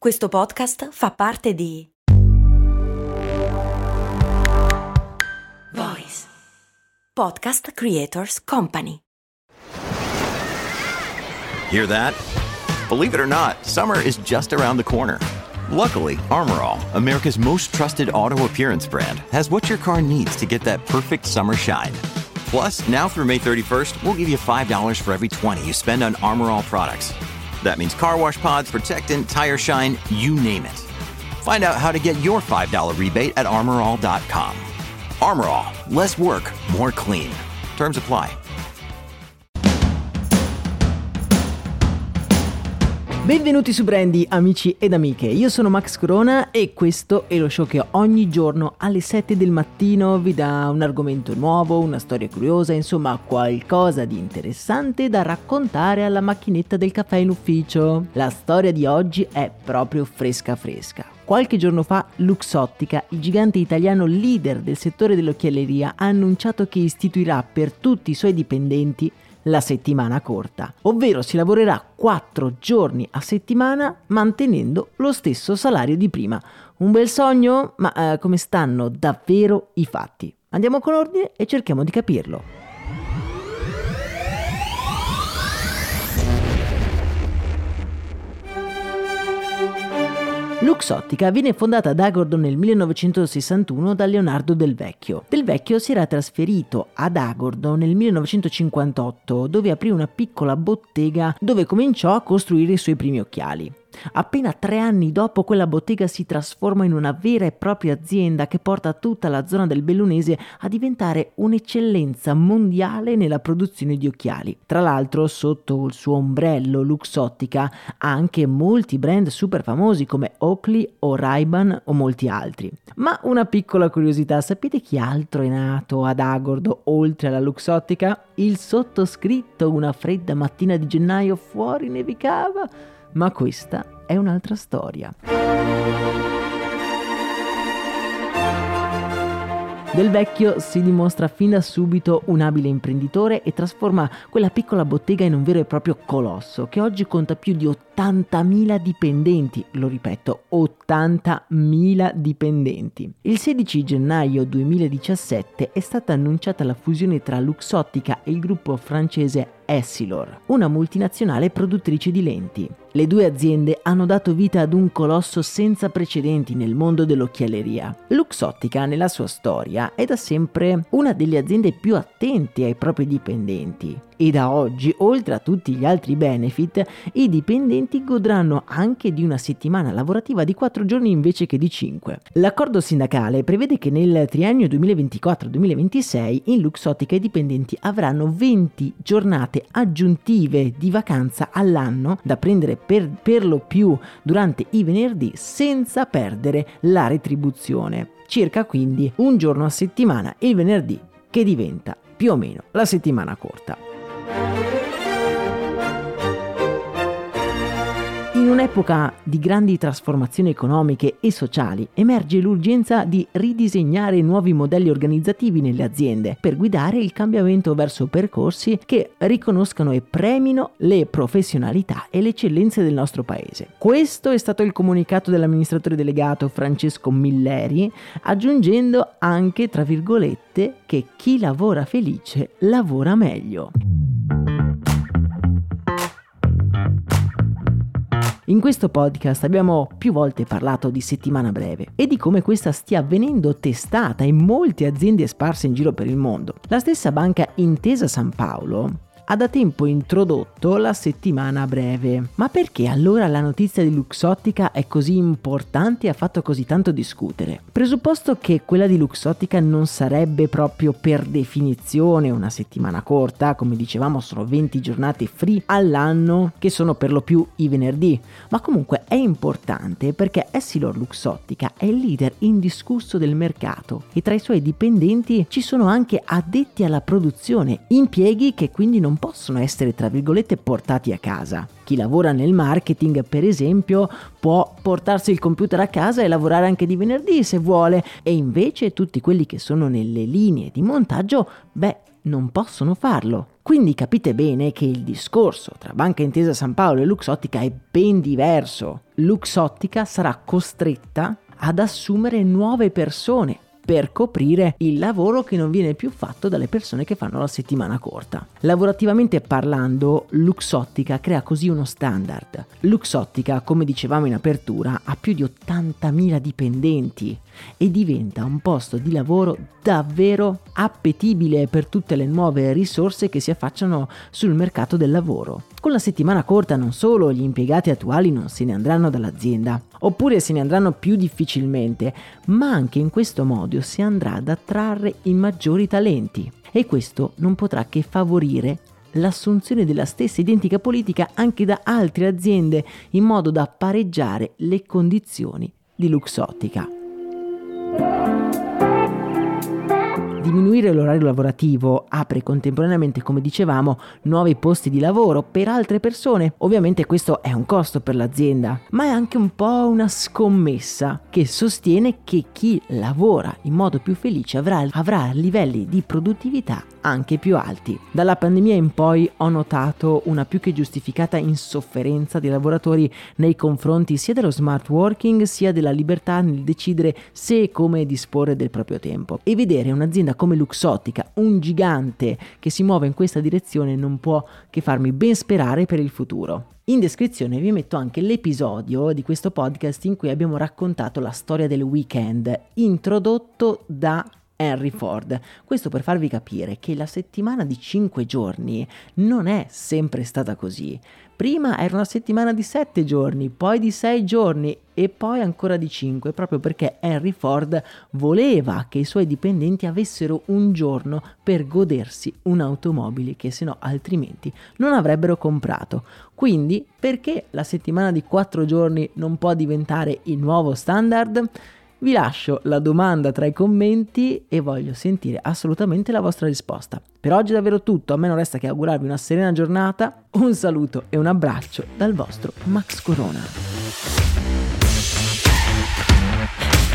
Questo podcast fa parte di Voice Podcast Creators Company. Hear that? Believe it or not, summer is just around the corner. Luckily, Armor All, America's most trusted auto appearance brand, has what your car needs to get that perfect summer shine. Plus, now through May 31st, we'll give you $5 for every $20 you spend on Armor All products. That means car wash pods, protectant, tire shine, you name it. Find out how to get your $5 rebate at armorall.com. Armor All, less work, more clean. Terms apply. Benvenuti su Brandy, amici ed amiche, io sono Max Corona e questo è lo show che ogni giorno alle 7 del mattino vi dà un argomento nuovo, una storia curiosa, insomma qualcosa di interessante da raccontare alla macchinetta del caffè in ufficio. La storia di oggi è proprio fresca fresca. Qualche giorno fa Luxottica, il gigante italiano leader del settore dell'occhialeria, ha annunciato che istituirà per tutti i suoi dipendenti la settimana corta, ovvero si lavorerà 4 giorni a settimana mantenendo lo stesso salario di prima. Un bel sogno? Ma come stanno davvero i fatti? Andiamo con ordine e cerchiamo di capirlo. Luxottica viene fondata ad Agordo nel 1961 da Leonardo Del Vecchio. Del Vecchio si era trasferito ad Agordo nel 1958, dove aprì una piccola bottega dove cominciò a costruire i suoi primi occhiali. Appena 3 anni dopo, quella bottega si trasforma in una vera e propria azienda che porta tutta la zona del Bellunese a diventare un'eccellenza mondiale nella produzione di occhiali. Tra l'altro, sotto il suo ombrello Luxottica ha anche molti brand super famosi come Oakley o Ray-Ban o molti altri. Ma una piccola curiosità, sapete chi altro è nato ad Agordo oltre alla Luxottica? Il sottoscritto. Una fredda mattina di gennaio fuori nevicava. Ma questa è un'altra storia. Del Vecchio si dimostra fin da subito un abile imprenditore e trasforma quella piccola bottega in un vero e proprio colosso che oggi conta più di 80.000 dipendenti, lo ripeto, 80.000 dipendenti. Il 16 gennaio 2017 è stata annunciata la fusione tra Luxottica e il gruppo francese Essilor, una multinazionale produttrice di lenti. Le due aziende hanno dato vita ad un colosso senza precedenti nel mondo dell'occhialeria. Luxottica, nella sua storia, è da sempre una delle aziende più attente ai propri dipendenti. E da oggi, oltre a tutti gli altri benefit, i dipendenti godranno anche di una settimana lavorativa di 4 giorni invece che di 5. L'accordo sindacale prevede che nel triennio 2024-2026 in Luxottica i dipendenti avranno 20 giornate aggiuntive di vacanza all'anno da prendere per lo più durante i venerdì senza perdere la retribuzione. Circa quindi un giorno a settimana il venerdì, che diventa più o meno la settimana corta. In un'epoca di grandi trasformazioni economiche e sociali emerge l'urgenza di ridisegnare nuovi modelli organizzativi nelle aziende per guidare il cambiamento verso percorsi che riconoscano e premino le professionalità e le eccellenze del nostro paese. Questo è stato il comunicato dell'amministratore delegato Francesco Milleri, aggiungendo anche, tra virgolette, che chi lavora felice lavora meglio. In questo podcast abbiamo più volte parlato di settimana breve e di come questa stia venendo testata in molte aziende sparse in giro per il mondo. La stessa banca Intesa Sanpaolo ha da tempo introdotto la settimana breve. Ma perché allora la notizia di Luxottica è così importante e ha fatto così tanto discutere? Presupposto che quella di Luxottica non sarebbe proprio per definizione una settimana corta, come dicevamo sono 20 giornate free all'anno che sono per lo più i venerdì, ma comunque è importante perché Essilor Luxottica è il leader indiscusso del mercato e tra i suoi dipendenti ci sono anche addetti alla produzione, impieghi che quindi non possono essere tra virgolette portati a casa. Chi lavora nel marketing, per esempio, può portarsi il computer a casa e lavorare anche di venerdì se vuole, e invece tutti quelli che sono nelle linee di montaggio, non possono farlo. Quindi capite bene che il discorso tra Banca Intesa San Paolo e Luxottica è ben diverso. Luxottica sarà costretta ad assumere nuove persone per coprire il lavoro che non viene più fatto dalle persone che fanno la settimana corta. Lavorativamente parlando, Luxottica crea così uno standard. Luxottica, come dicevamo in apertura, ha più di 80.000 dipendenti e diventa un posto di lavoro davvero appetibile per tutte le nuove risorse che si affacciano sul mercato del lavoro. Con la settimana corta non solo gli impiegati attuali non se ne andranno dall'azienda, oppure se ne andranno più difficilmente, ma anche in questo modo si andrà ad attrarre i maggiori talenti e questo non potrà che favorire l'assunzione della stessa identica politica anche da altre aziende in modo da pareggiare le condizioni di Luxottica. Diminuire l'orario lavorativo apre contemporaneamente, come dicevamo, nuovi posti di lavoro per altre persone. Ovviamente questo è un costo per l'azienda, ma è anche un po' una scommessa che sostiene che chi lavora in modo più felice avrà livelli di produttività anche più alti. Dalla pandemia in poi ho notato una più che giustificata insofferenza dei lavoratori nei confronti sia dello smart working sia della libertà nel decidere se e come disporre del proprio tempo. E vedere un'azienda come Luxottica, un gigante che si muove in questa direzione, non può che farmi ben sperare per il futuro. In descrizione vi metto anche l'episodio di questo podcast in cui abbiamo raccontato la storia del weekend, introdotto da Henry Ford. Questo per farvi capire che la settimana di 5 giorni non è sempre stata così. Prima era una settimana di 7 giorni, poi di 6 giorni e poi ancora di 5, proprio perché Henry Ford voleva che i suoi dipendenti avessero un giorno per godersi un'automobile che se no altrimenti non avrebbero comprato. Quindi perché la settimana di 4 giorni non può diventare il nuovo standard? Vi lascio la domanda tra i commenti e voglio sentire assolutamente la vostra risposta. Per oggi è davvero tutto, a me non resta che augurarvi una serena giornata, un saluto e un abbraccio dal vostro Max Corona.